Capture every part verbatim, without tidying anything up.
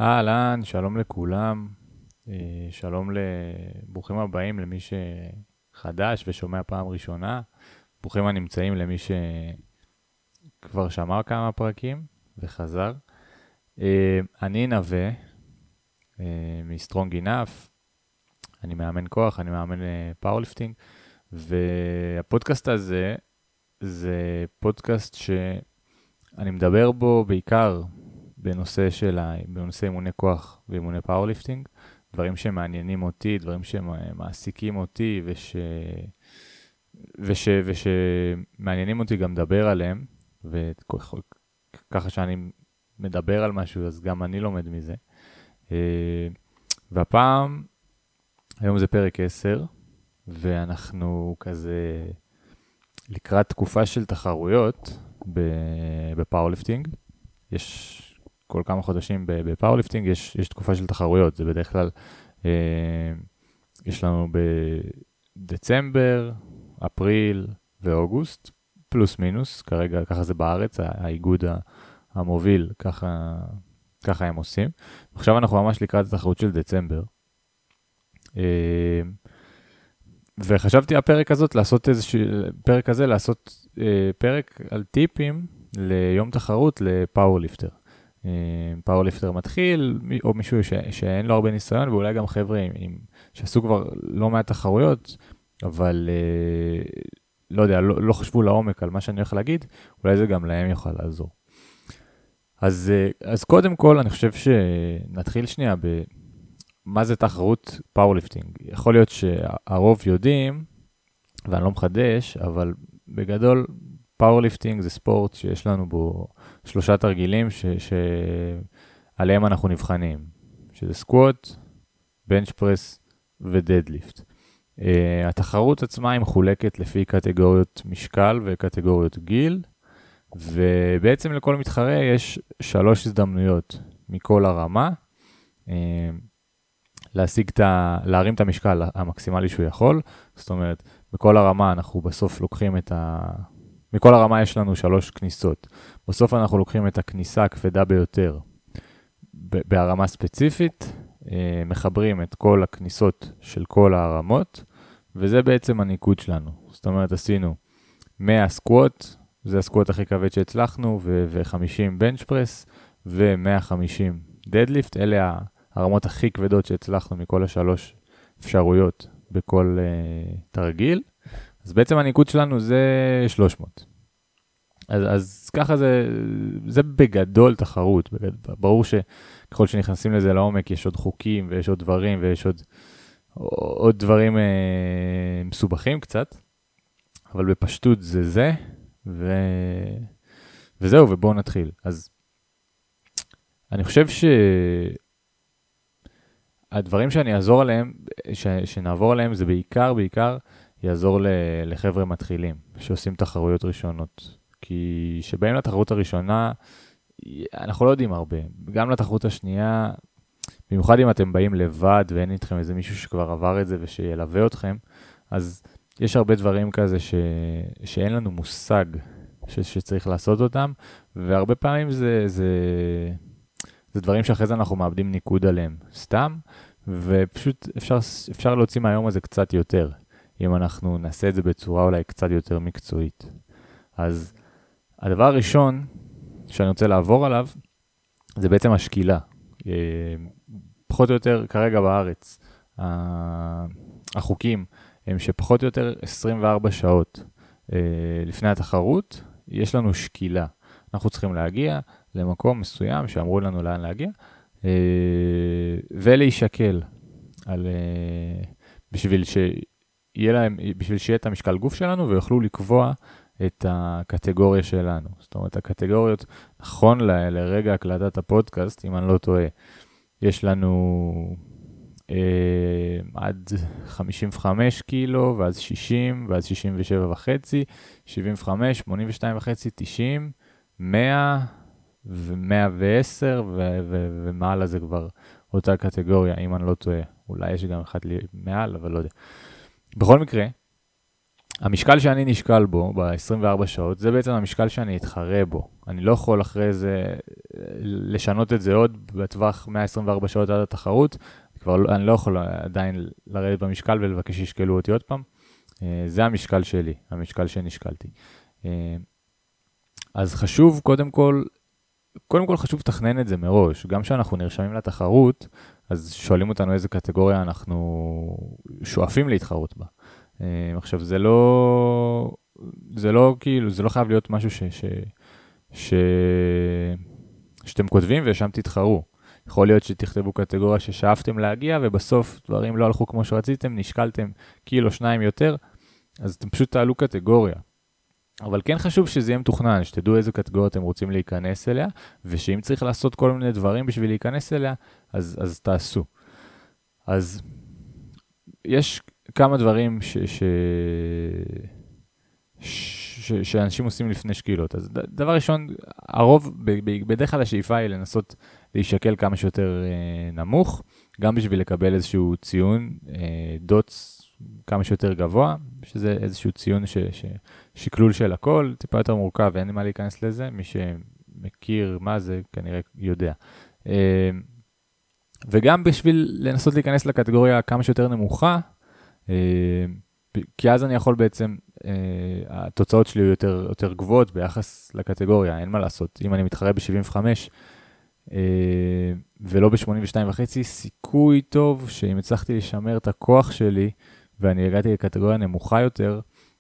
אהלן, שלום לכולם, אה, שלום לברוכים הבאים למי שחדש ושומע פעם ראשונה, ברוכים הנמצאים למי שכבר שמע כמה פרקים וחזר. אה, אני נווה, אה, מ-Strong Enough, אני מאמן כוח, אני מאמן פאורליפטינג, והפודקאסט הזה זה פודקאסט שאני מדבר בו בעיקר בנושא של ה... בנושא אימוני כוח ואימוני פאורליפטינג, דברים שמעניינים אותי, דברים שמעסיקים אותי וש... וש... ושמעניינים אותי גם לדבר עליהם, וככה שאני מדבר על משהו, אז גם אני לומד מזה. והפעם, היום זה פרק עשר, ואנחנו כזה לקראת תקופה של תחרויות בפאורליפטינג. יש כל כמה חודשים בפאורליפטינג, יש, יש תקופה של תחרויות. זה בדרך כלל, אה, יש לנו בדצמבר, אפריל ואוגוסט, פלוס מינוס, כרגע ככה זה בארץ, האיגוד המוביל, ככה, ככה הם עושים. עכשיו אנחנו ממש לקראת התחרות של דצמבר. אה, וחשבתי הפרק הזאת לעשות איזשהו, פרק הזה לעשות אה, פרק על טיפים ליום תחרות לפאורליפטר. אה, פאורליפטר מתחיל, או מישהו ש, שאין לו הרבה ניסיון, ואולי גם חבר'ה עם, עם, שעשו כבר לא מעט תחרויות, אבל אה, לא יודע, לא, לא חשבו לעומק על מה שאני הולך להגיד, אולי זה גם להם יוכל לעזור. אז, אה, אז קודם כל אני חושב שנתחיל שנייה ב... מה זה תחרות פאורליפטינג? יכול להיות שהרוב יודעים, ואני לא מחדש, אבל בגדול פאורליפטינג זה ספורט שיש לנו בו שלושה תרגילים ש- שעליהם אנחנו נבחנים, שזה סקווט, בנץ' פרס ודדליפט. Uh, התחרות עצמה היא מחולקת לפי קטגוריות משקל וקטגוריות גיל, ובעצם לכל מתחרה יש שלוש הזדמנויות מכל הרמה, uh, להשיג את ה... להרים את המשקל המקסימלי שהוא יכול. זאת אומרת, בכל הרמה אנחנו בסוף לוקחים את ה... מכל הרמה יש לנו שלוש כניסות. בסוף אנחנו לוקחים את הכניסה הכבדה ביותר בהרמה ספציפית, מחברים את כל הכניסות של כל הרמות, וזה בעצם הניקוד שלנו. זאת אומרת, עשינו מאה סקווט, זה הסקווט הכי כבד שהצלחנו, ו-חמישים בנץ' פרס, ו-מאה וחמישים דדליפט, אלה ה... הרמות הכי כבדות שהצלחנו מכל השלוש אפשרויות בכל uh, תרגיל. אז בעצם הניקוד שלנו זה שלוש מאות. אז, אז ככה זה, זה בגדול תחרות. בגדול, ברור שככל שנכנסים לזה לעומק יש עוד חוקים ויש עוד דברים ויש עוד, עוד דברים uh, מסובכים קצת. אבל בפשטות זה זה, ו... וזהו, ובואו נתחיל. אז אני חושב ש... הדברים שאני אעזור עליהם, ש, שנעבור עליהם, זה בעיקר, בעיקר יעזור ל, לחבר'ה מתחילים, שעושים תחרויות ראשונות. כי שבאים לתחרות הראשונה, אנחנו לא יודעים הרבה. גם לתחרות השנייה, במיוחד אם אתם באים לבד, ואין איתכם איזה מישהו שכבר עבר את זה ושילווה אתכם, אז יש הרבה דברים כזה ש, שאין לנו מושג ש, שצריך לעשות אותם, והרבה פעמים זה... זה זה דברים שאחרי זה אנחנו מאבדים ניקוד עליהם, סתם, ופשוט אפשר, אפשר להוציא מהיום הזה קצת יותר, אם אנחנו נעשה את זה בצורה אולי קצת יותר מקצועית. אז הדבר הראשון שאני רוצה לעבור עליו, זה בעצם השקילה. פחות או יותר כרגע בארץ, החוקים הם שפחות או יותר עשרים וארבע שעות לפני התחרות, יש לנו שקילה. אנחנו צריכים להגיע למקום מסוים שאמרו לנו לאן להגיע, ולהישקל על, בשביל שיהיה להם, בשביל שיהיה את המשקל גוף שלנו, ויוכלו לקבוע את הקטגוריה שלנו. זאת אומרת, הקטגוריות, נכון ל- לרגע הקלטת הפודקאסט, אם אני לא טועה, יש לנו אה, עד חמישים וחמש קילו, ואז שישים, ואז שישים ושבע וחצי, שבעים וחמש, שמונים ושתיים וחצי, תשעים, מאה, ו-מאה ועשר, ו- ו- ומעלה זה כבר אותה קטגוריה, אם אני לא טועה. אולי יש גם אחת לי מעל, אבל לא יודע. בכל מקרה, המשקל שאני נשקל בו ב-עשרים וארבע שעות, זה בעצם המשקל שאני אתחרה בו. אני לא יכול אחרי זה לשנות את זה עוד בטווח מאה עשרים וארבע שעות עד התחרות. כבר לא, אני לא יכול עדיין לרדת במשקל ולבקש שישקלו אותי עוד פעם. זה המשקל שלי, המשקל שנשקלתי. אז חשוב קודם כל, קודם כל חשוב לתכנן את זה מראש. גם כשאנחנו נרשמים לתחרות, אז שואלים אותנו איזה קטגוריה אנחנו שואפים להתחרות בה. עכשיו, זה לא, זה לא כאילו, זה לא חייב להיות משהו ש, ש, ש, שאתם כותבים ושם תתחרו. יכול להיות שתכתבו קטגוריה ששאפתם להגיע, ובסוף דברים לא הלכו כמו שרציתם, נשקלתם קילו שניים יותר, אז אתם פשוט תעלו קטגוריה. אבל כן חשוב שזה יהיה מתוכנן, שתדעו איזה קטגוריה אתם רוצים להיכנס אליה, ושאם צריך לעשות כל מיני דברים בשביל להיכנס אליה, אז, אז תעשו. אז יש כמה דברים ש, ש, ש, שאנשים עושים לפני שקילות. אז דבר ראשון, הרוב, בדרך כלל השאיפה היא לנסות להישקל כמה שיותר אה, נמוך, גם בשביל לקבל איזשהו ציון, אה, דוץ כמה שיותר גבוה, שזה איזשהו ציון ש, ש, שקלול של הכל, טיפה יותר מורכב, ואין לי מה להיכנס לזה, מי שמכיר מה זה כנראה יודע. אה, וגם בשביל לנסות להיכנס לקטגוריה כמה שיותר נמוכה, כי אז אני יכול בעצם, התוצאות שלי יותר, יותר גבוהות ביחס לקטגוריה, אין מה לעשות. אם אני מתחרה ב-שבעים וחמש ולא ב-שמונים ושתיים וחצי, סיכוי טוב שאם הצלחתי לשמר את הכוח שלי, ואני הגעתי לקטגוריה נמוכה יותר,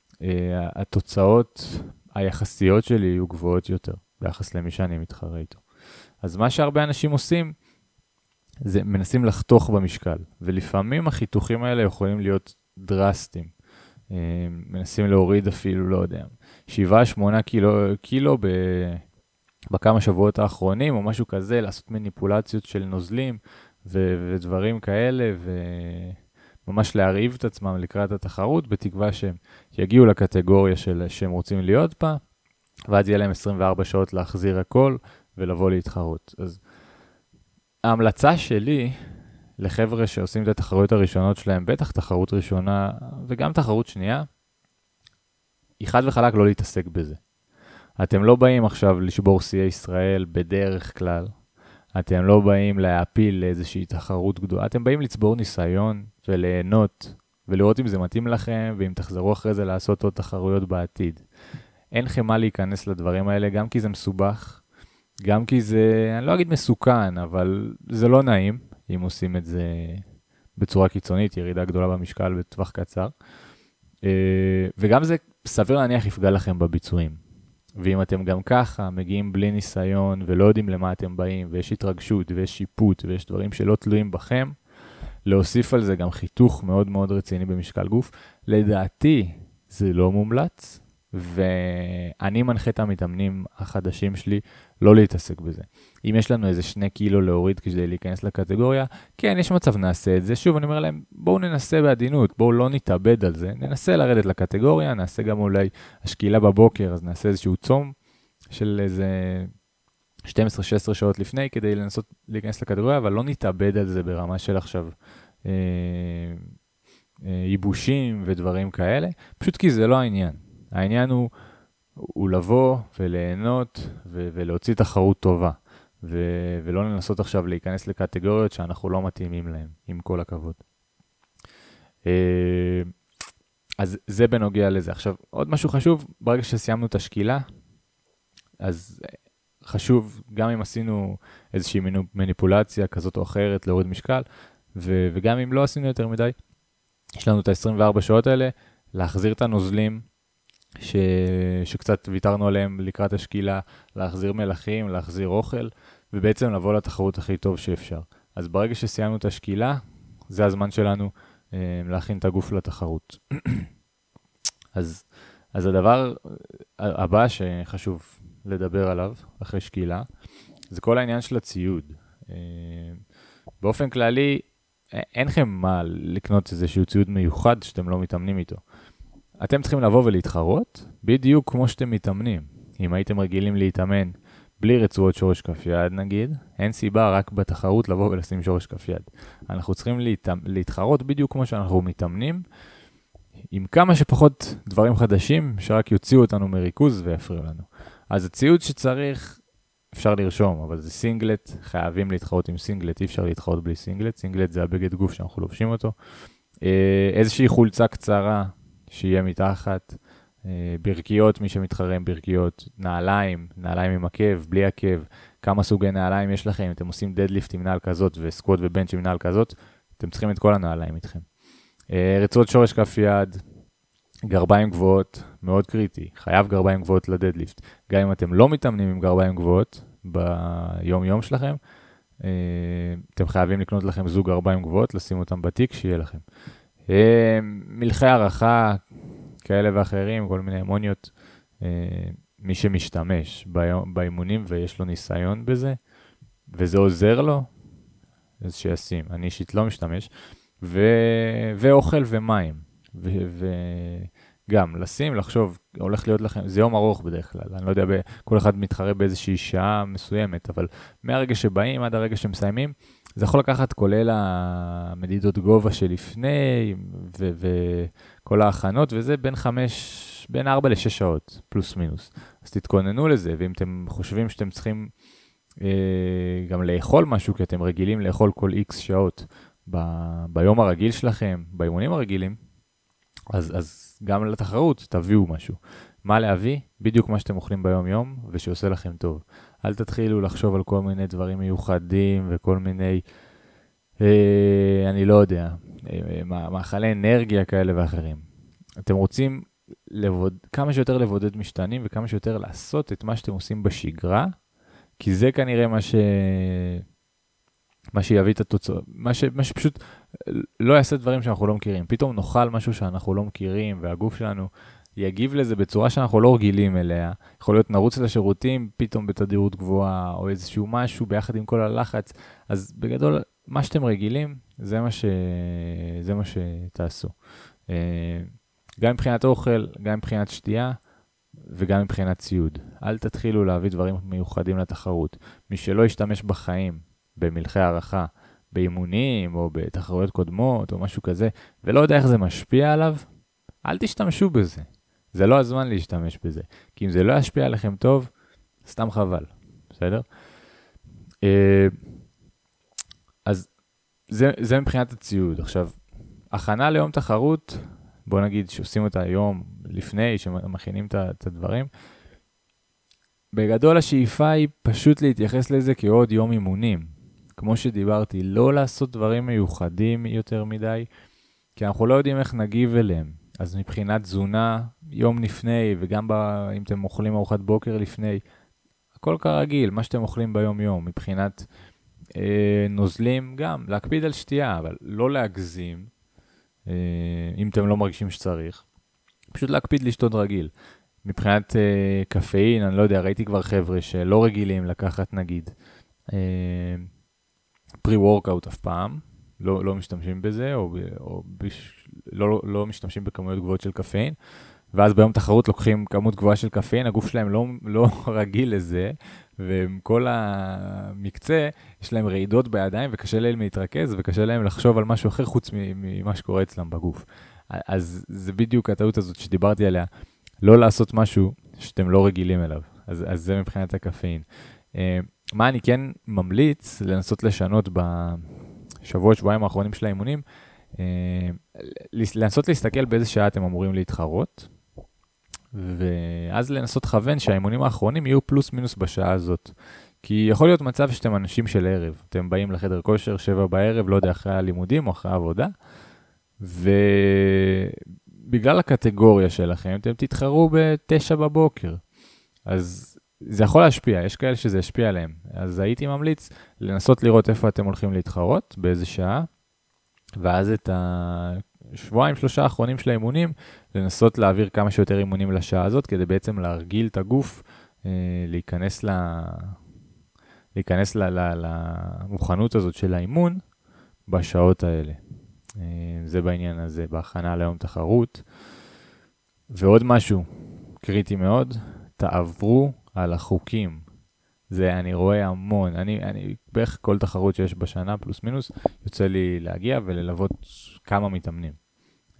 התוצאות היחסיות שלי יהיו גבוהות יותר, ביחס למי שאני מתחרה איתו. אז מה שהרבה אנשים עושים, זה מנסים לחתוך במשקל, ולפעמים החיתוכים האלה יכולים להיות דרסטיים. מנסים להוריד אפילו, לא יודע, שבעה, שמונה קילו, קילו ב, בכמה שבועות האחרונים, או משהו כזה, לעשות מניפולציות של נוזלים, ו, ודברים כאלה, וממש להרעיב את עצמם לקראת התחרות, בתקווה שהם יגיעו לקטגוריה של, שהם רוצים להיות בה, ואז יהיה להם עשרים וארבע שעות להחזיר הכל, ולבוא להתחרות. אז ההמלצה שלי לחבר'ה שעושים את התחרויות הראשונות שלהם, בטח תחרות ראשונה וגם תחרות שנייה, היא חד וחלק לא להתעסק בזה. אתם לא באים עכשיו לשבור שיאי ישראל בדרך כלל, אתם לא באים להפיל לאיזושהי תחרות גדולה, אתם באים לצבור ניסיון וליהנות ולראות אם זה מתאים לכם, ואם תחזרו אחרי זה לעשות עוד תחרויות בעתיד. אין לכם מה להיכנס לדברים האלה, גם כי זה מסובך, גם כי זה, אני לא אגיד מסוכן, אבל זה לא נעים, אם עושים את זה בצורה קיצונית, ירידה גדולה במשקל בטווח קצר. וגם זה סביר להניח יפגע לכם בביצועים. ואם אתם גם ככה מגיעים בלי ניסיון, ולא יודעים למה אתם באים, ויש התרגשות, ויש שיפוט, ויש דברים שלא תלויים בכם, להוסיף על זה גם חיתוך מאוד מאוד רציני במשקל גוף. לדעתי זה לא מומלץ, ואני מנחה את המתאמנים החדשים שלי לא להתעסק בזה. אם יש לנו איזה שני קילו להוריד כדי להיכנס לקטגוריה, כן, יש מצב נעשה את זה. שוב, אני אומר להם, בואו ננסה בעדינות, בואו לא נתאבד על זה, ננסה לרדת לקטגוריה, נעשה גם אולי השקילה בבוקר, אז נעשה איזשהו צום של איזה שתים עשרה שש עשרה שעות לפני, כדי לנסות להיכנס לקטגוריה, אבל לא נתאבד על זה ברמה של עכשיו אה, אה, ייבושים ודברים כאלה, פשוט כי זה לא העניין. העניין הוא, הוא לבוא וליהנות ו- ולהוציא תחרות טובה, ו- ולא לנסות עכשיו להיכנס לקטגוריות שאנחנו לא מתאימים להם, עם כל הכבוד. אז זה בנוגע לזה. עכשיו, עוד משהו חשוב, ברגע שסיימנו את השקילה, אז חשוב, גם אם עשינו איזושהי מניפולציה כזאת או אחרת להוריד משקל, ו- וגם אם לא עשינו יותר מדי, יש לנו את ה-עשרים וארבע שעות האלה, להחזיר את הנוזלים, ש... שקצת ויתרנו עליהם לקראת השקילה, להחזיר מלחים, להחזיר אוכל, ובעצם לבוא לתחרות הכי טוב שאפשר. אז ברגע שסיימנו את השקילה, זה הזמן שלנו אה, להכין את הגוף לתחרות. אז, אז הדבר הבא שחשוב לדבר עליו אחרי שקילה, זה כל העניין של הציוד. אה, באופן כללי, אין לכם מה לקנות איזשהו ציוד מיוחד שאתם לא מתאמנים איתו. אתם צריכים לבוא ולהתחרות בדיוק כמו שאתם מתאמנים. אם הייתם רגילים להתאמן בלי רצועות שורש כף יד נגיד, אין סיבה רק בתחרות לבוא ולשים שורש כף יד. אנחנו צריכים להת... להתחרות בדיוק כמו שאנחנו מתאמנים, עם כמה שפחות דברים חדשים שרק יוציאו אותנו מריכוז ויפריעו לנו. אז הציוד שצריך, אפשר לרשום, אבל זה סינגלט, חייבים להתחרות עם סינגלט, אי אפשר להתחרות בלי סינגלט, סינגלט זה הבגד גוף שאנחנו לובשים אותו. איזושהי חולצה קצרה שיהיה מתחת, ברכיות, מי שמתחרה עם ברכיות, נעליים, נעליים עם עקב, בלי עקב, כמה סוגי נעליים יש לכם, אם אתם עושים דדליפט עם נעל כזאת וסקוואט ובנץ' עם נעל כזאת, אתם צריכים את כל הנעליים איתכם. רצועות שורש כף יד, גרביים גבוהות, מאוד קריטי, חייב גרביים גבוהות לדדליפט. גם אם אתם לא מתאמנים עם גרביים גבוהות ביום יום שלכם, אתם חייבים לקנות לכם זוג גרביים גבוהות, לשים אותם בתיק, שיהיה לכם. מלחי הערכה, כאלה ואחרים, כל מיני אמוניות, מי שמשתמש באימונים ויש לו ניסיון בזה, וזה עוזר לו, אז שישים. אני אישית לא משתמש, ו... ואוכל ומים, וגם לשים, לחשוב, הולך להיות לכם, זה יום ארוך בדרך כלל, אני לא יודע, כל אחד מתחרה באיזושהי שעה מסוימת, אבל מהרגע שבאים עד הרגע שמסיימים, זה יכול לקחת כולל המדידות גובה שלפני, וכל ההכנות, וזה בין חמש, בין ארבע לשש שעות, פלוס מינוס. אז תתכוננו לזה, ואם אתם חושבים שאתם צריכים אה, גם לאכול משהו, כי אתם רגילים לאכול כל איקס שעות ב- ביום הרגיל שלכם, באימונים הרגילים, אז, אז גם לתחרות תביאו משהו. מה להביא? בדיוק מה שאתם אוכלים ביום יום, ושעושה לכם טוב. אל תתחילו לחשוב על כל מיני דברים מיוחדים, וכל מיני, אה, אני לא יודע, אה, מאכלי אנרגיה כאלה ואחרים. אתם רוצים לבוד, כמה שיותר לבודד משתנים, וכמה שיותר לעשות את מה שאתם עושים בשגרה, כי זה כנראה מה ש... מה שיביא את התוצאות, מה, ש... מה שפשוט לא יעשה דברים שאנחנו לא מכירים. פתאום נאכל משהו שאנחנו לא מכירים, והגוף שלנו יגיב לזה בצורה שאנחנו לא רגילים אליה. יכול להיות נרוץ לשירותים, פתאום בתדירות גבוהה, או איזשהו משהו ביחד עם כל הלחץ. אז בגדול, מה שאתם רגילים, זה מה, ש... זה מה שתעשו. גם מבחינת אוכל, גם מבחינת שתייה, וגם מבחינת ציוד. אל תתחילו להביא דברים מיוחדים לתחרות. מי שלא ישתמש בחיים, במלחי הערכה, באימונים, או בתחרויות קודמות, או משהו כזה, ולא יודע איך זה משפיע עליו, אל תשתמשו בזה. זה לא הזמן להשתמש בזה. כי אם זה לא ישפיע עליכם טוב, סתם חבל. בסדר? אז זה, זה מבחינת הציוד. עכשיו, הכנה ליום תחרות, בוא נגיד שעושים אותה היום לפני, שמכינים את הדברים, בגדול השאיפה היא פשוט להתייחס לזה כעוד יום אימונים. כמו שדיברתי, לא לעשות דברים מיוחדים יותר מדי, כי אנחנו לא יודעים איך נגיב אליהם. אז מבחינת תזונה, יום לפני, וגם ב... אם אתם אוכלים ארוחת בוקר לפני, הכל כרגיל, מה שאתם אוכלים ביום יום. מבחינת אה, נוזלים, גם להקפיד על שתייה, אבל לא להגזים, אה, אם אתם לא מרגישים שצריך. פשוט להקפיד לשתות רגיל. מבחינת אה, קפאין, אני לא יודע, ראיתי כבר חבר'ה שלא רגילים לקחת נגיד אה, פרי-וורקאוט אף פעם, לא, לא משתמשים בזה, או, או בש, לא, לא משתמשים בכמויות גבוהות של קפאין, ואז ביום תחרות לוקחים כמות גבוהה של קפאין, הגוף שלהם לא, לא רגיל לזה, וכל המקצה יש להם רעידות בידיים, וקשה להם להתרכז, וקשה להם לחשוב על משהו אחר חוץ ממה שקורה אצלם בגוף. אז זה בדיוק הטעות הזאת שדיברתי עליה, לא לעשות משהו שאתם לא רגילים אליו. אז, אז זה מבחינת הקפאין. Uh, מה אני כן ממליץ לנסות לשנות בשבוע, שבועיים האחרונים של האימונים, uh, לנסות להסתכל באיזה שעה אתם אמורים להתחרות, ואז לנסות לכוון שהאימונים האחרונים יהיו פלוס מינוס בשעה הזאת. כי יכול להיות מצב שאתם אנשים של ערב, אתם באים לחדר כושר שבע בערב, לא יודע, אחרי הלימודים או אחרי העבודה, ובגלל הקטגוריה שלכם, אתם תתחרו בתשע בבוקר. אז זה יכול להשפיע, יש כאלה שזה ישפיע עליהם. אז הייתי ממליץ לנסות לראות איפה אתם הולכים להתחרות, באיזה שעה, ואז את השבועיים, שלושה האחרונים של האימונים, לנסות להעביר כמה שיותר אימונים לשעה הזאת, כדי בעצם להרגיל את הגוף, להיכנס, ל... להיכנס ל... ל... למוכנות הזאת של האימון, בשעות האלה. זה בעניין הזה, בהכנה ליום תחרות. ועוד משהו קריטי מאוד, תעברו על החוקים. זה אני רואה המון, אני, אני בערך כל תחרות שיש בשנה פלוס מינוס, יוצא לי להגיע וללוות כמה מתאמנים.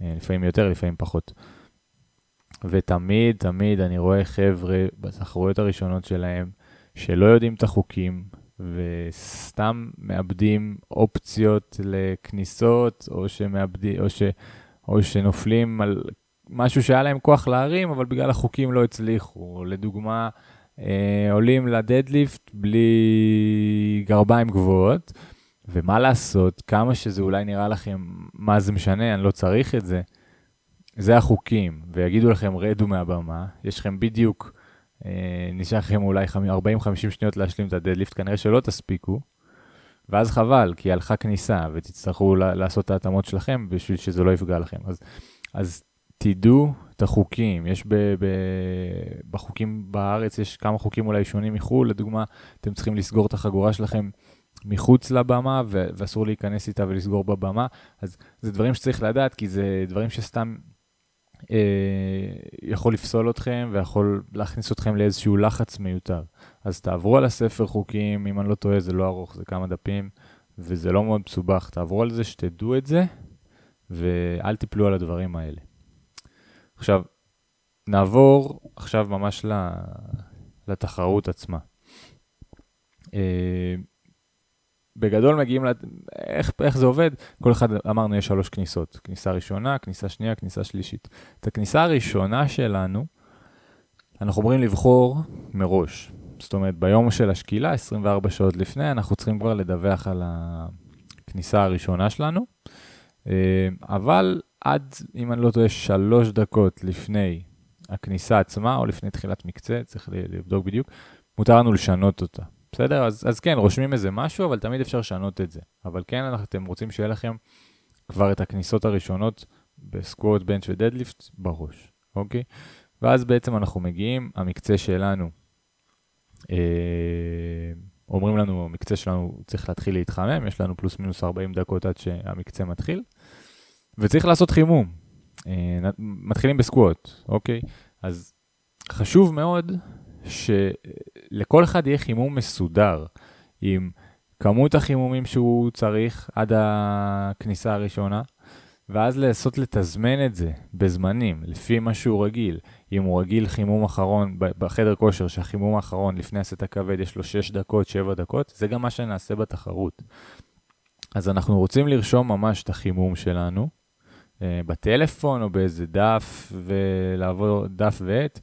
לפעמים יותר, לפעמים פחות. ותמיד, תמיד אני רואה חבר'ה בתחרויות הראשונות שלהם, שלא יודעים את החוקים, וסתם מאבדים אופציות לכניסות, או, שמאבדים, או, ש, או שנופלים על משהו שהיה להם כוח להרים, אבל בגלל החוקים לא הצליחו. לדוגמה, אה, עולים לדדליפט בלי גרביים גבוהות, ומה לעשות, כמה שזה אולי נראה לכם, מה זה משנה, אני לא צריך את זה, זה החוקים, ויגידו לכם רדו מהבמה, יש לכם בדיוק, אה, נשאר לכם אולי ארבעים חמישים שניות להשלים את הדדליפט, כנראה שלא תספיקו, ואז חבל, כי הלכה כניסה, ותצטרכו לעשות את ההתאמות שלכם, בשביל שזה לא יפגע לכם. אז, אז תדעו את החוקים, יש ב, ב, בחוקים בארץ, יש כמה חוקים אולי שונים מחול, לדוגמה, אתם צריכים לסגור את החגורה שלכם מחוץ לבמה, ו- ואסור להיכנס איתה ולסגור בבמה, אז זה דברים שצריך לדעת, כי זה דברים שסתם אה, יכול לפסול אתכם, ויכול להכניס אתכם לאיזשהו לחץ מיותר. אז תעברו על הספר חוקים, אם אני לא טועה, זה לא ארוך, זה כמה דפים, וזה לא מאוד מסובך, תעברו על זה, שתדעו את זה, ואל תיפלו על הדברים האלה. עכשיו, נעבור עכשיו ממש לתחרות עצמה. אה, בגדול מגיעים, לת... איך, איך זה עובד? כל אחד אמרנו יש שלוש כניסות. כניסה ראשונה, כניסה שנייה, כניסה שלישית. את הכניסה הראשונה שלנו, אנחנו אומרים לבחור מראש. זאת אומרת, ביום של השקילה, עשרים וארבע שעות לפני, אנחנו צריכים כבר לדווח על הכניסה הראשונה שלנו. אבל עד, אם אני לא טועה, שלוש דקות לפני הכניסה עצמה, או לפני תחילת מקצה, צריך לבדוק בדיוק, מותר לנו לשנות אותה. בסדר? אז, אז כן, רושמים איזה משהו, אבל תמיד אפשר לשנות את זה. אבל כן, אתם רוצים שיהיה לכם כבר את הכניסות הראשונות בסקווט, בנץ' ודדליפט בראש, אוקיי? ואז בעצם אנחנו מגיעים, המקצה שלנו, אה, אומרים לנו, המקצה שלנו צריך להתחיל להתחמם, יש לנו פלוס מינוס ארבעים דקות עד שהמקצה מתחיל, וצריך לעשות חימום. אה, מתחילים בסקווט, אוקיי? אז חשוב מאוד שלכל אחד יהיה חימום מסודר, עם כמות החימומים שהוא צריך עד הכניסה הראשונה, ואז לעשות לתזמן את זה בזמנים, לפי מה שהוא רגיל. אם הוא רגיל חימום אחרון בחדר כושר, שהחימום האחרון לפני הסט הכבד יש לו שש דקות, שבע דקות, זה גם מה שנעשה בתחרות. אז אנחנו רוצים לרשום ממש את החימום שלנו, בטלפון או באיזה דף, ולעבור דף ועט,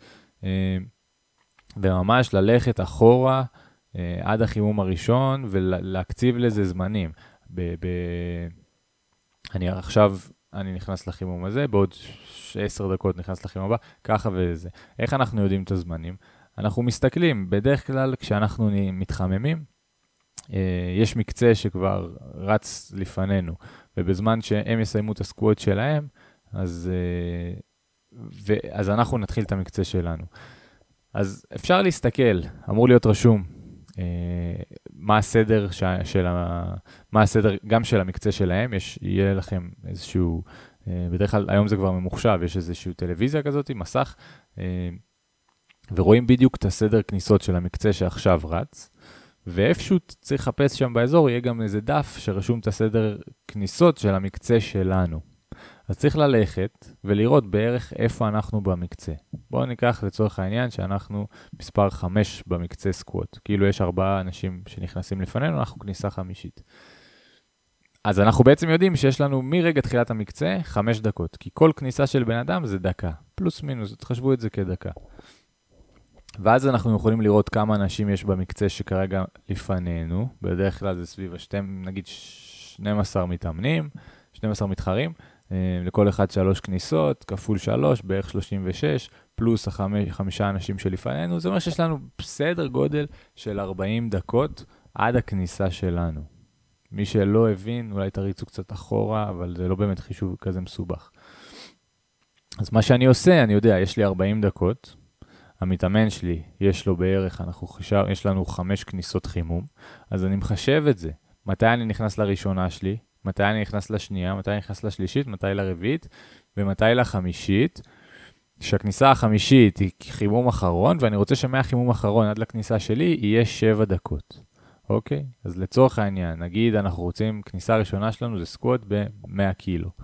וממש ללכת אחורה עד החימום הראשון, ולהקציב לזה זמנים. ב- ב- אני עכשיו, אני נכנס לחימום הזה, בעוד עשר דקות נכנס לחימום הבא, ככה וזה. איך אנחנו יודעים את הזמנים? אנחנו מסתכלים, בדרך כלל כשאנחנו מתחממים, יש מקצה שכבר רץ לפנינו, ובזמן שהם יסיימו את הסקווט שלהם, אז, אז אנחנו נתחיל את המקצה שלנו. אז אפשר להסתכל, אמור להיות רשום, מה הסדר ש... של ה... מה הסדר גם של המקצה שלהם, יש, יהיה לכם איזשהו, בדרך כלל היום זה כבר ממוחשב, יש איזשהו טלוויזיה כזאת, מסך, ורואים בדיוק את הסדר כניסות של המקצה שעכשיו רץ, ואיפשהו צריך לחפש שם באזור, יהיה גם איזה דף שרשום את הסדר כניסות של המקצה שלנו. אז צריך ללכת ולראות בערך איפה אנחנו במקצה. בואו ניקח לצורך העניין שאנחנו מספר חמש במקצה סקווט. כאילו יש ארבעה אנשים שנכנסים לפנינו, אנחנו כניסה חמישית. אז אנחנו בעצם יודעים שיש לנו מרגע תחילת המקצה חמש דקות, כי כל כניסה של בן אדם זה דקה, פלוס מינוס, תחשבו את זה כדקה. ואז אנחנו יכולים לראות כמה אנשים יש במקצה שכרגע לפנינו, בדרך כלל זה סביב השתים, נגיד שנים עשר מתאמנים, שנים עשר מתחרים, לכל אחד שלוש כניסות, כפול שלוש, בערך שלושים ושש, פלוס החמש, חמישה אנשים שלפנינו, זה אומר שיש לנו סדר גודל של ארבעים דקות עד הכניסה שלנו. מי שלא הבין, אולי תריצו קצת אחורה, אבל זה לא באמת חישוב כזה מסובך. אז מה שאני עושה, אני יודע, יש לי ארבעים דקות, המתאמן שלי, יש לו בערך, אנחנו חשב, יש לנו חמש כניסות חימום, אז אני מחשב את זה. מתי אני נכנס לראשונה שלי? מתי אני נכנס לשנייה? מתי אני נכנס לשלישית? מתי לרביעית? ומתי לחמישית? שהכניסה החמישית היא חימום אחרון, ואני רוצה שמהחימום אחרון עד לכניסה שלי יהיה שבע דקות. אוקיי? אז לצורך העניין, נגיד אנחנו רוצים, כניסה ראשונה שלנו זה סקווט ב-מאה קילו.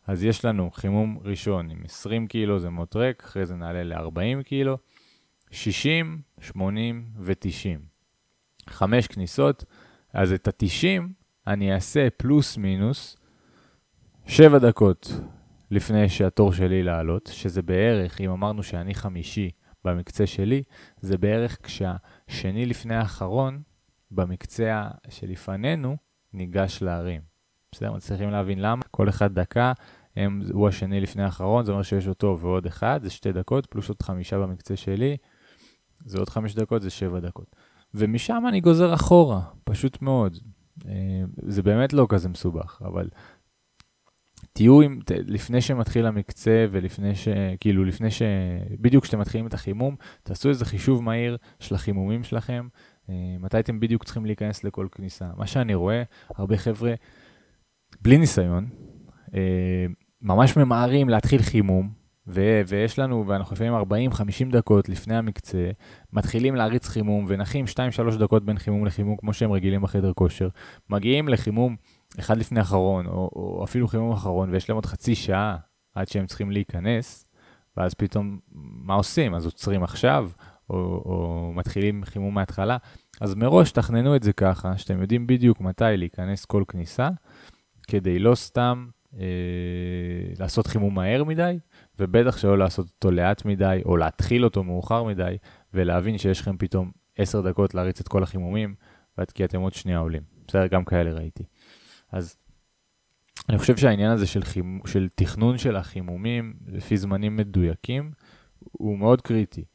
אז יש לנו חימום ראשון עם עשרים קילו, זה מוטרק, אחרי זה נעלה ל-ארבעים קילו, שישים, שמונים ו-תשעים. חמש כניסות, אז את ה-תשעים אני אעשה פלוס מינוס שבע דקות לפני שהתור שלי לעלות, שזה בערך, אם אמרנו שאני חמישי במקצה שלי, זה בערך כשהשני לפני האחרון, במקצה שלפנינו, ניגש להרים. בסדר, מצליחים להבין למה. כל אחד דקה, הם, הוא השני לפני האחרון, זה אומר שיש אותו ועוד אחד, זה שתי דקות, פלוס עוד חמישה במקצה שלי, זה עוד חמש דקות, זה שבע דקות. ומשם אני גוזר אחורה, פשוט מאוד. זה באמת לא כזה מסובך, אבל תהיו עם, לפני שמתחיל המקצה ולפני ש, כאילו לפני ש, בדיוק כשאתם מתחילים את החימום, תעשו איזה חישוב מהיר של החימומים שלכם, מתי אתם בדיוק צריכים להיכנס לכל כניסה. מה שאני רואה, הרבה חבר'ה, בלי ניסיון, ממש ממהרים להתחיל חימום, ו- ויש לנו, ואנחנו לפעמים ארבעים חמישים דקות לפני המקצה, מתחילים להריץ חימום, ונחים שתיים שלוש דקות בין חימום לחימום, כמו שהם רגילים בחדר כושר, מגיעים לחימום אחד לפני אחרון, או, או אפילו חימום אחרון, ויש להם עוד חצי שעה עד שהם צריכים להיכנס, ואז פתאום, מה עושים? אז עוצרים עכשיו, או, או מתחילים חימום מההתחלה, אז מראש תכננו את זה ככה, שאתם יודעים בדיוק מתי להיכנס כל כניסה, כדי לא סתם אה, לעשות חימום מהר מדי, ובטח שלא לעשות אותו לאט מדי, או להתחיל אותו מאוחר מדי, ולהבין שיש לכם פתאום עשר דקות להריץ את כל החימומים, ועד כי אתם עוד שנייה עולים. בסדר, גם כאלה ראיתי. אז אני חושב שהעניין הזה של, חימ... של תכנון של החימומים, לפי זמנים מדויקים, הוא מאוד קריטי.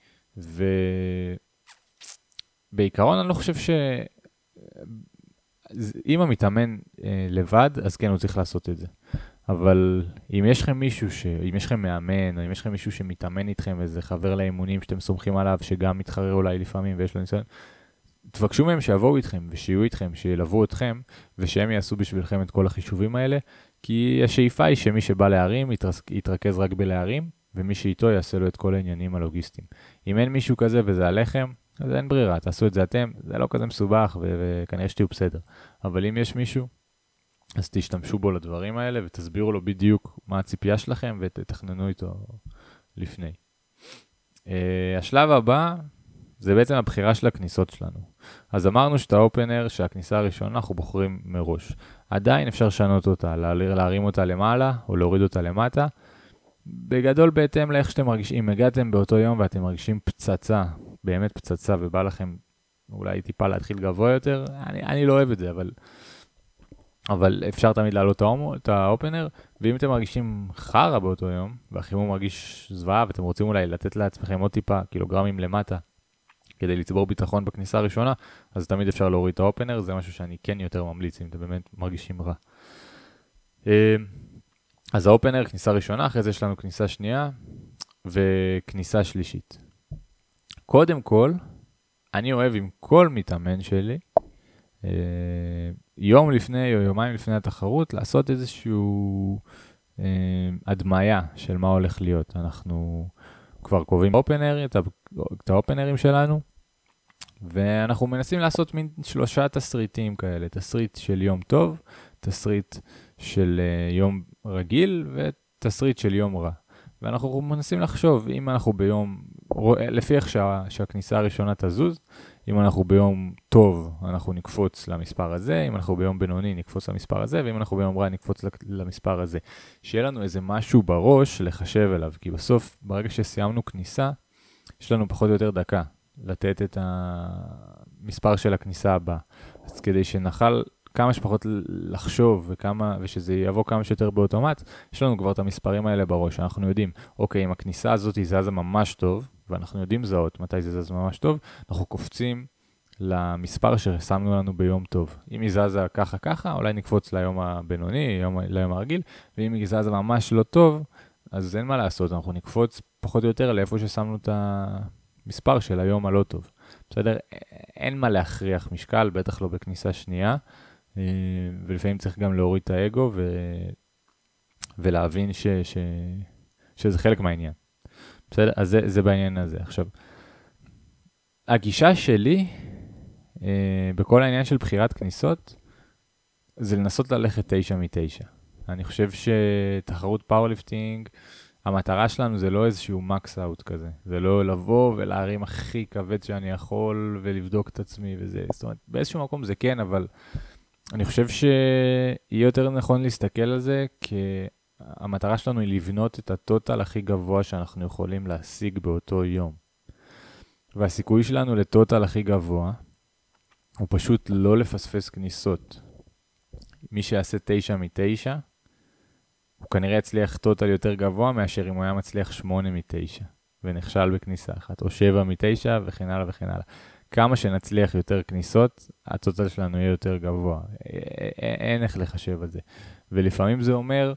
ובעיקרון אני לא חושב ש... אם המתאמן אה, לבד, אז כן, הוא צריך לעשות את זה. אבל אם יש לכם מישהו, ש... אם יש לכם מאמן, או אם יש לכם מישהו שמתאמן איתכם, איזה חבר לאימונים שאתם סומכים עליו, שגם מתחרר אולי לפעמים ויש לו ניסיון, תבקשו מהם שיבואו איתכם, ושיהיו איתכם, שילוו אתכם, ושהם יעשו בשבילכם את כל החישובים האלה, כי השאיפה היא שמי שבא להרים, יתרס... יתרכז רק בלהרים, ומי שאיתו יעשה לו את כל העניינים הלוגיסטיים. אם אין מישהו כזה וזה עליכם, אז אין ברירה, תעשו את זה אתם, זה לא כזה מסובך, ו... וכנראה שתהיו בסדר. אבל אם יש מישהו, אז תשתמשו בו לדברים האלה, ותסבירו לו בדיוק מה הציפייה שלכם, ותתכננו איתו לפני. Uh, השלב הבא, זה בעצם הבחירה של הכניסות שלנו. אז אמרנו שאת האופנר, שהכניסה הראשונה, אנחנו בוחרים מראש. עדיין אפשר לשנות אותה, להרים אותה למעלה, או להוריד אותה למטה. בגדול, בהתאם לאיך שאתם מרגישים, אם הגעתם באותו יום, ואתם מרגישים פצצה, באמת פצצה, ובא לכם אולי טיפה להתחיל גבוה יותר, אני, אני לא אוהב את זה, אבל... אבל אפשר תמיד לעלות את האופנר, ואם אתם מרגישים חרה באותו יום, והחימום מרגיש זוועה, ואתם רוצים אולי לתת לעצמכם עוד טיפה קילוגרמים למטה, כדי לצבור ביטחון בכניסה הראשונה, אז תמיד אפשר להוריד את האופנר, זה משהו שאני כן יותר ממליץ, אם אתם באמת מרגישים רע. אז האופנר, כניסה ראשונה, אחרי זה יש לנו כניסה שנייה, וכניסה שלישית. קודם כל, אני אוהב עם כל מתאמן שלי, יום לפני או יומיים לפני התחרות, לעשות איזשהו הדמיה של מה הולך להיות. אנחנו כבר קובעים אופנר, את האופנרים שלנו, ואנחנו מנסים לעשות מין שלושה תסריטים כאלה, תסריט של יום טוב, תסריט של יום רגיל, ותסריט של יום רע. ואנחנו מנסים לחשוב, אם אנחנו ביום, לפי איך שה, שהכניסה הראשונה תזוז, אם אנחנו ביום טוב, אנחנו נקפוץ למספר הזה, אם אנחנו ביום בינוני, נקפוץ למספר הזה, ואם אנחנו ביום רע, נקפוץ למספר הזה. שיהיה לנו איזה משהו בראש לחשב אליו, כי בסוף, ברגע שסיימנו כניסה, יש לנו פחות או יותר דקה לתת את המספר של הכניסה הבאה. אז כדי שנחל כמה שפחות לחשוב וכמה, ושזה יבוא כמה שיותר באוטומט, יש לנו כבר את המספרים האלה בראש. אנחנו יודעים, אוקיי, אם הכניסה הזאת היא זזה ממש טוב, ואנחנו יודעים זהות מתי זה זז ממש טוב, אנחנו קופצים למספר ששמנו לנו ביום טוב. אם היא זזה ככה ככה, אולי נקפוץ ליום הבינוני, ליום, ליום הרגיל, ואם היא זזה ממש לא טוב, אז אין מה לעשות, אנחנו נקפוץ פחות או יותר לאיפה ששמנו את המספר של היום הלא טוב. בסדר? אין מה להכריח משקל, בטח לא בכניסה שנייה, ולפעמים צריך גם להוריד את האגו ו... ולהבין ש... ש... שזה חלק מהעניין. בסדר? אז זה, זה בעניין הזה. עכשיו, הגישה שלי בכל העניין של בחירת כניסות, זה לנסות ללכת תשע מתשע. אני חושב שתחרות פאורליפטינג, המטרה שלנו זה לא איזשהו מקס אאוט כזה. זה לא לבוא ולהרים הכי כבד שאני יכול ולבדוק את עצמי וזה. זאת אומרת, באיזשהו מקום זה כן, אבל אני חושב שיהיה יותר נכון להסתכל על זה, כי המטרה שלנו היא לבנות את הטוטל הכי גבוה שאנחנו יכולים להשיג באותו יום. והסיכוי שלנו לטוטל הכי גבוה, הוא פשוט לא לפספס כניסות. מי שיעשה תשע מתשע, הוא כנראה יצליח טוטל יותר גבוה מאשר אם הוא היה מצליח שמונה מתשע, ונכשל בכניסה אחת, או שבע מתשע וכן הלאה וכן הלאה. כמה שנצליח יותר כניסות, הטוטל שלנו יהיה יותר גבוה. אין איך לחשב על זה. ולפעמים זה אומר,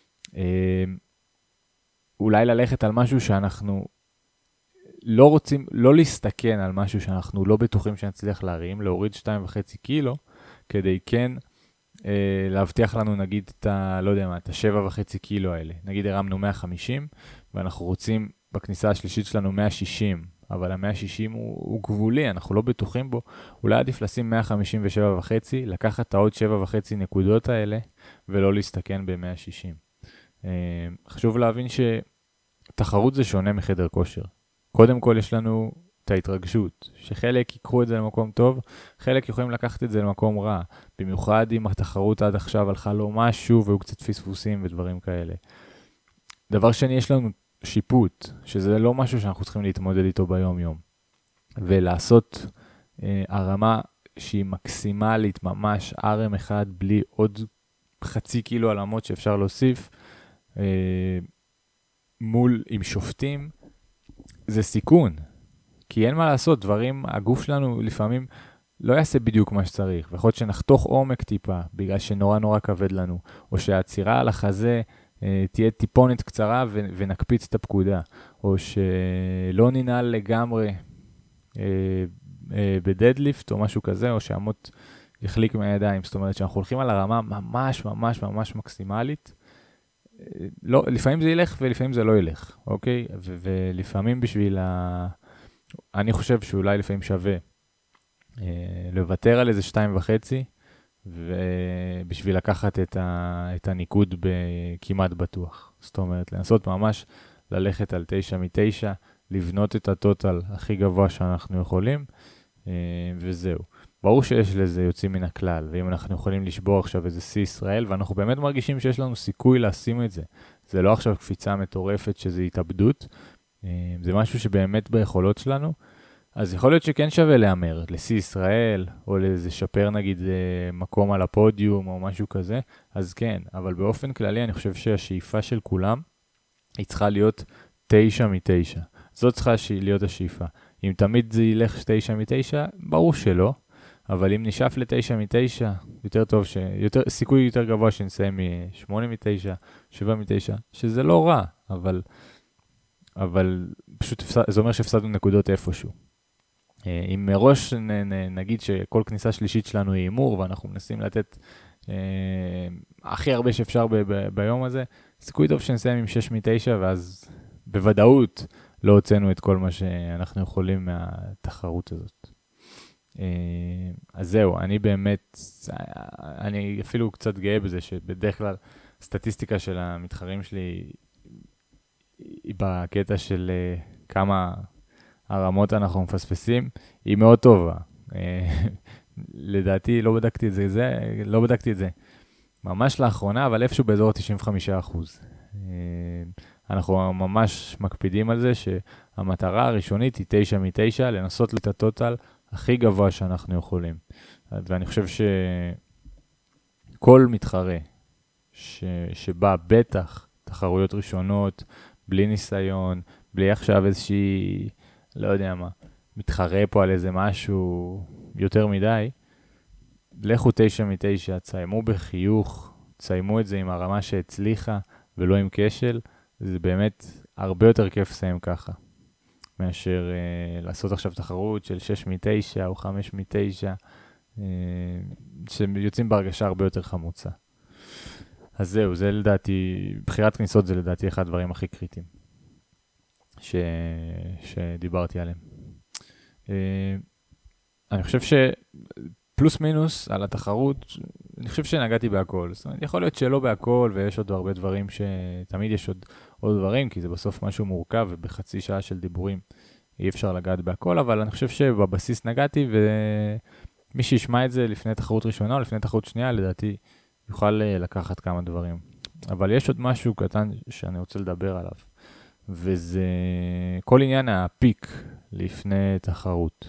אולי ללכת על משהו שאנחנו לא רוצים, לא להסתכן על משהו שאנחנו לא בטוחים שנצליח להרים, להוריד שתיים וחצי קילו, כדי כן אה, להבטיח לנו נגיד את ה, לא יודע מה, את השבע וחצי קילו האלה. נגיד הרמנו מאה וחמישים, ואנחנו רוצים בכניסה השלישית שלנו מאה ושישים, אבל ה-מאה ושישים הוא, הוא גבולי, אנחנו לא בטוחים בו. אולי עדיף לשים מאה חמישים ושבע וחצי, לקחת את העוד שבע וחצי נקודות האלה, ולא להסתכן ב-מאה ושישים. אה, חשוב להבין שתחרות זה שונה מחדר כושר. קודם כל יש לנו את ההתרגשות, שחלק ייקחו את זה למקום טוב, חלק יכולים לקחת את זה למקום רע, במיוחד אם התחרות עד עכשיו הלכה לו משהו, והוא קצת פספוסים ודברים כאלה. דבר שני, יש לנו שיפוט, שזה לא משהו שאנחנו צריכים להתמודד איתו ביום יום, ולעשות אה, הרמה שהיא מקסימלית, ממש ארם אחד, בלי עוד חצי קילו עלמות שאפשר להוסיף, אה, מול עם שופטים, זה סיכון, כי אין מה לעשות, דברים, הגוף שלנו לפעמים לא יעשה בדיוק מה שצריך, ויכול להיות שנחתוך עומק טיפה, בגלל שנורא נורא כבד לנו, או שהעצירה על החזה אה, תהיה טיפונת קצרה ו- ונקפיץ את הפקודה, או שלא ננעל לגמרי אה, אה, בדדליפט או משהו כזה, או שהמות יחליק מהידיים, זאת אומרת שאנחנו הולכים על הרמה ממש ממש ממש מקסימלית, לא, לפעמים זה ילך ולפעמים זה לא ילך, אוקיי? ו- ולפעמים בשביל ה... אני חושב שאולי לפעמים שווה אה, לוותר על איזה שתיים וחצי, ובשביל לקחת את, ה... את הניקוד בכמעט בטוח. זאת אומרת, לנסות ממש ללכת על תשע מתשע, לבנות את הטוטל הכי גבוה שאנחנו יכולים, אה, וזהו. ברור שיש לזה יוצאים מן הכלל, ואם אנחנו יכולים לשבור עכשיו איזה סי ישראל, ואנחנו באמת מרגישים שיש לנו סיכוי לשים את זה. זה לא עכשיו קפיצה מטורפת שזה התאבדות, זה משהו שבאמת ביכולות שלנו, אז יכול להיות שכן שווה לאמר, לסי ישראל, או לאיזה שפר נגיד מקום על הפודיום, או משהו כזה, אז כן, אבל באופן כללי אני חושב שהשאיפה של כולם, היא צריכה להיות תשע מתשע. זאת צריכה להיות השאיפה. אם תמיד זה ילך תשע מתשע, ברור שלא. אבל אם נשאף לתשע מתשע, יותר טוב, ש... יותר... סיכוי יותר גבוה שנסיים משמונה מתשע, שבע מתשע, שזה לא רע, אבל, אבל פשוט הפס... זה אומר שהפסדנו נקודות איפשהו. אם מראש נ... נ... נגיד שכל כניסה שלישית שלנו היא אימור, ואנחנו מנסים לתת אה... הכי הרבה שאפשר ב... ב... ביום הזה, סיכוי טוב שנסיים עם שש מתשע, ואז בוודאות לא הוצאנו את כל מה שאנחנו יכולים מהתחרות הזאת. אז זהו, אני באמת, אני אפילו קצת גאה בזה שבדרך כלל סטטיסטיקה של המתחרים שלי היא בקטע של כמה הרמות אנחנו מפספסים, היא מאוד טובה. לדעתי לא בדקתי את זה, זה, לא בדקתי את זה ממש לאחרונה, אבל איפשהו באזור תשעים וחמישה אחוז. אנחנו ממש מקפידים על זה שהמטרה הראשונית היא תשע מתשע, לנסות את הטוטל הכי גבוה שאנחנו יכולים. ואני חושב שכל מתחרה ש... שבא בטח תחרויות ראשונות, בלי ניסיון, בלי עכשיו איזושהי, לא יודע מה, מתחרה פה על איזה משהו יותר מדי, לכו תשע מתשע, ציימו בחיוך, ציימו את זה עם הרמה שהצליחה ולא עם כשל, זה באמת הרבה יותר כיף לסיים ככה. מאשר uh, לעשות עכשיו תחרות של שש מתשע או חמש מתשע, uh, שיוצאים בהרגשה הרבה יותר חמוצה. אז זהו, זה לדעתי, בחירת כניסות זה לדעתי אחד הדברים הכי קריטיים ש... שדיברתי עליהם. Uh, אני חושב שפלוס מינוס על התחרות, אני חושב שנגעתי בהכל. זאת אומרת, יכול להיות שלא בהכל, ויש עוד הרבה דברים שתמיד יש עוד, עוד דברים, כי זה בסוף משהו מורכב, ובחצי שעה של דיבורים אי אפשר לגעת בהכל, אבל אני חושב שבבסיס נגעתי, ומי שישמע את זה לפני תחרות ראשונה או לפני תחרות שנייה, לדעתי יוכל לקחת כמה דברים. אבל יש עוד משהו קטן שאני רוצה לדבר עליו, וזה כל עניין הפיק לפני תחרות.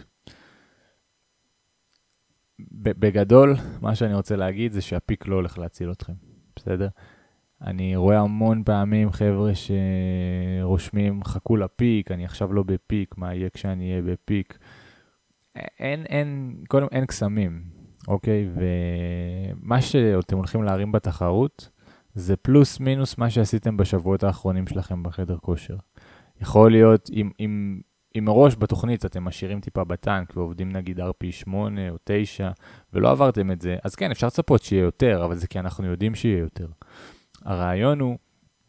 בגדול, מה שאני רוצה להגיד זה שהפיק לא הולך להציל אתכם, בסדר? אני רואה המון פעמים חבר'ה שרושמים, חכו לפיק, אני עכשיו לא בפיק, מה יהיה כשאני אהיה בפיק? אין, אין, קודם, אין קסמים, אוקיי? ומה שאתם הולכים להרים בתחרות, זה פלוס מינוס מה שעשיתם בשבועות האחרונים שלכם בחדר כושר. יכול להיות, אם, אם, אם מראש בתוכנית אתם משאירים טיפה בטנק, ועובדים נגיד אר פי שמונה או תשע, ולא עברתם את זה, אז כן, אפשר לצפות שיהיה יותר, אבל זה כי אנחנו יודעים שיהיה יותר. הרעיון הוא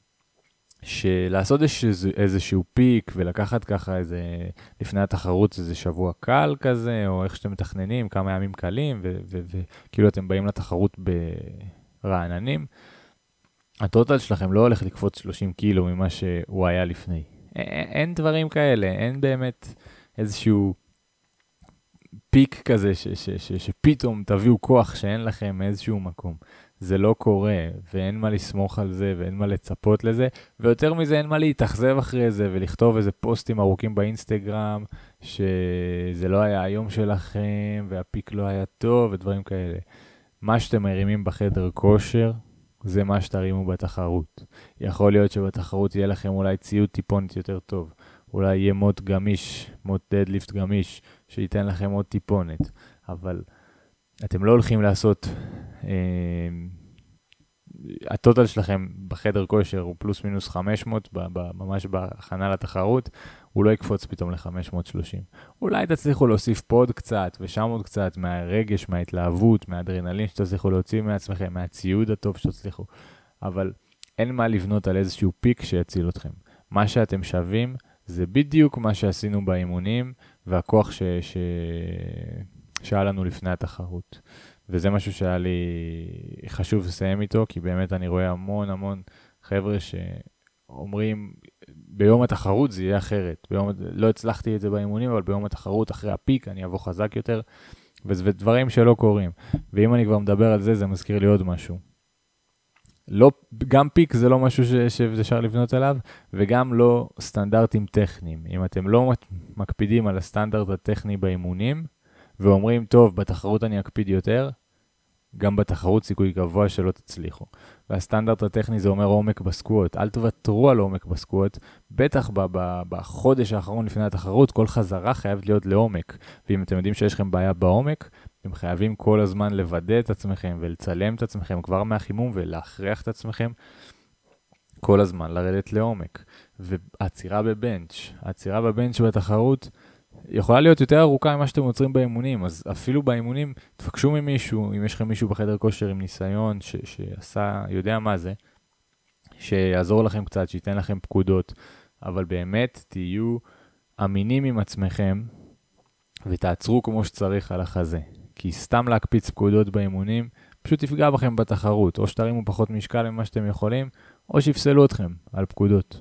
שלעשות איזשהו, איזשהו פיק ולקחת ככה איזה, לפני התחרות איזה שבוע קל כזה, או איך שאתם מתכננים, כמה ימים קלים, וכאילו אתם באים לתחרות ברעננים, הטוטל שלכם לא הולך לקפוץ שלושים קילו ממה שהוא היה לפני. אין, אין דברים כאלה, אין באמת איזשהו פיק כזה ש, ש, ש, שפתאום תביאו כוח שאין לכם מאיזשהו מקום. זה לא קורה, ואין מה לסמוך על זה, ואין מה לצפות לזה, ויותר מזה אין מה להתאכזב אחרי זה, ולכתוב איזה פוסטים ארוכים באינסטגרם, שזה לא היה היום שלכם, והפיק לא היה טוב, ודברים כאלה. מה שאתם מרימים בחדר כושר, זה מה שתרימו בתחרות. יכול להיות שבתחרות יהיה לכם אולי ציוד טיפונת יותר טוב, אולי יהיה מוט גמיש, מוט דדליפט גמיש, שייתן לכם עוד טיפונת, אבל אתם לא הולכים לעשות, אה, הטוטל שלכם בחדר כושר הוא פלוס מינוס חמש מאות, ב- ב- ממש בהכנה לתחרות, הוא לא יקפוץ פתאום ל-חמש מאות ושלושים. אולי תצליחו להוסיף פה עוד קצת ושם עוד קצת מהרגש, מההתלהבות, מהאדרנלין שתצליחו להוציא מעצמכם, מהציוד הטוב שתצליחו, אבל אין מה לבנות על איזשהו פיק שיציל אתכם. מה שאתם שווים זה בדיוק מה שעשינו באימונים, והכוח ש... ש... שהיה לנו לפני התחרות. וזה משהו שהיה לי חשוב לסיים איתו, כי באמת אני רואה המון המון חבר'ה שאומרים, ביום התחרות זה יהיה אחרת. ביום... לא הצלחתי את זה באימונים, אבל ביום התחרות אחרי הפיק אני אבוא חזק יותר, וזה דברים שלא קורים. ואם אני כבר מדבר על זה, זה מזכיר לי עוד משהו. לא, גם פיק זה לא משהו שאפשר לבנות עליו, וגם לא סטנדרטים טכניים. אם אתם לא מקפידים על הסטנדרט הטכני באימונים, ואומרים, טוב, בתחרות אני אקפיד יותר, גם בתחרות סיכוי גבוה שלא תצליחו. והסטנדרט הטכני זה אומר עומק בסקוואט. אל תוותרו על עומק בסקוואט, בטח בחודש האחרון לפני התחרות, כל חזרה חייבת להיות לעומק. ואם אתם יודעים שיש לכם בעיה בעומק, אתם חייבים כל הזמן לוודא את עצמכם ולצלם את עצמכם כבר מהחימום ולהכריח את עצמכם כל הזמן לרדת לעומק. והעצירה בבנץ', העצירה בבנץ' בתחרות יכולה להיות יותר ארוכה ממה שאתם עוצרים באימונים, אז אפילו באימונים תפגשו ממישהו, אם יש לכם מישהו בחדר כושר עם ניסיון ש- שעשה, יודע מה זה, שיעזור לכם קצת, שייתן לכם פקודות, אבל באמת תהיו אמינים עם עצמכם ותעצרו כמו שצריך על החזה. כי סתם להקפיץ פקודות באימונים, פשוט תפגע בכם בתחרות, או שתרימו פחות משקל ממה שאתם יכולים, או שיפסלו אתכם על פקודות.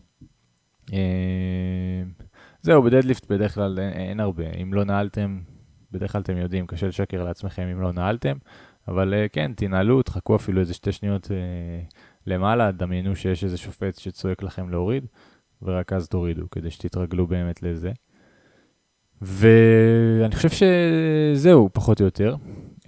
זהו, בדדליפט בדרך כלל אין, אין הרבה. אם לא נעלתם, בדרך כלל אתם יודעים, קשה לשקר לעצמכם אם לא נעלתם, אבל כן, תנעלו, תחכו אפילו איזה שתי שניות למעלה, דמיינו שיש איזה שופט שצועק לכם להוריד, ורק אז תורידו, כדי שתתרגלו באמת לזה. ואני חושב שזהו, פחות או יותר.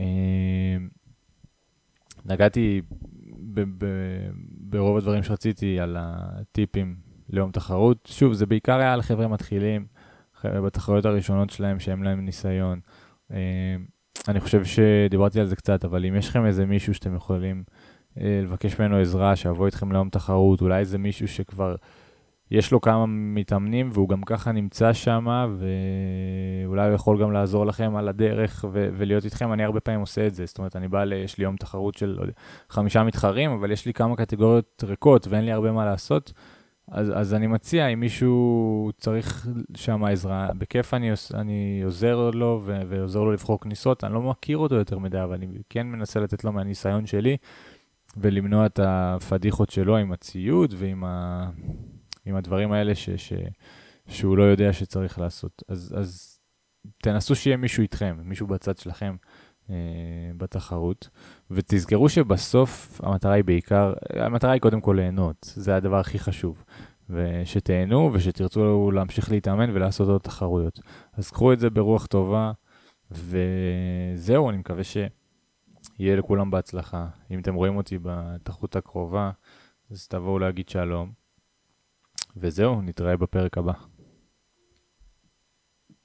נגעתי ב- ב- ברוב הדברים שרציתי על הטיפים ליום תחרות. שוב, זה בעיקר היה על חבר'ה מתחילים, בתחרויות הראשונות שלהם, שהם להם ניסיון. אני חושב שדיברתי על זה קצת, אבל אם יש לכם איזה מישהו שאתם יכולים לבקש ממנו עזרה, שיבוא איתכם ליום תחרות, אולי זה מישהו שכבר יש לו כמה מתאמנים, והוא גם ככה נמצא שם, ואולי הוא יכול גם לעזור לכם על הדרך ו- ולהיות איתכם. אני הרבה פעמים עושה את זה, זאת אומרת, אני בא, ל- יש לי יום תחרות של לא יודע, חמישה מתחרים, אבל יש לי כמה קטגוריות ריקות, ואין לי הרבה מה לעשות, אז, אז אני מציע, אם מישהו צריך שם עזרה, בכיף אני, עוש- אני עוזר לו ו- ועוזר לו לבחור כניסות, אני לא מכיר אותו יותר מדי, אבל אני כן מנסה לתת לו מהניסיון שלי, ולמנוע את הפדיחות שלו עם הציוד ועם ה, עם הדברים האלה ש, ש, שהוא לא יודע שצריך לעשות. אז, אז תנסו שיהיה מישהו איתכם, מישהו בצד שלכם אה, בתחרות, ותזכרו שבסוף המטרה היא בעיקר, המטרה היא קודם כל ליהנות, זה הדבר הכי חשוב. ושתהנו ושתרצו להמשיך להתאמן ולעשות עוד תחרויות. אז קחו את זה ברוח טובה, וזהו, אני מקווה שיהיה לכולם בהצלחה. אם אתם רואים אותי בתחרות הקרובה, אז תבואו להגיד שלום. וזהו, נתראה בפרק הבא.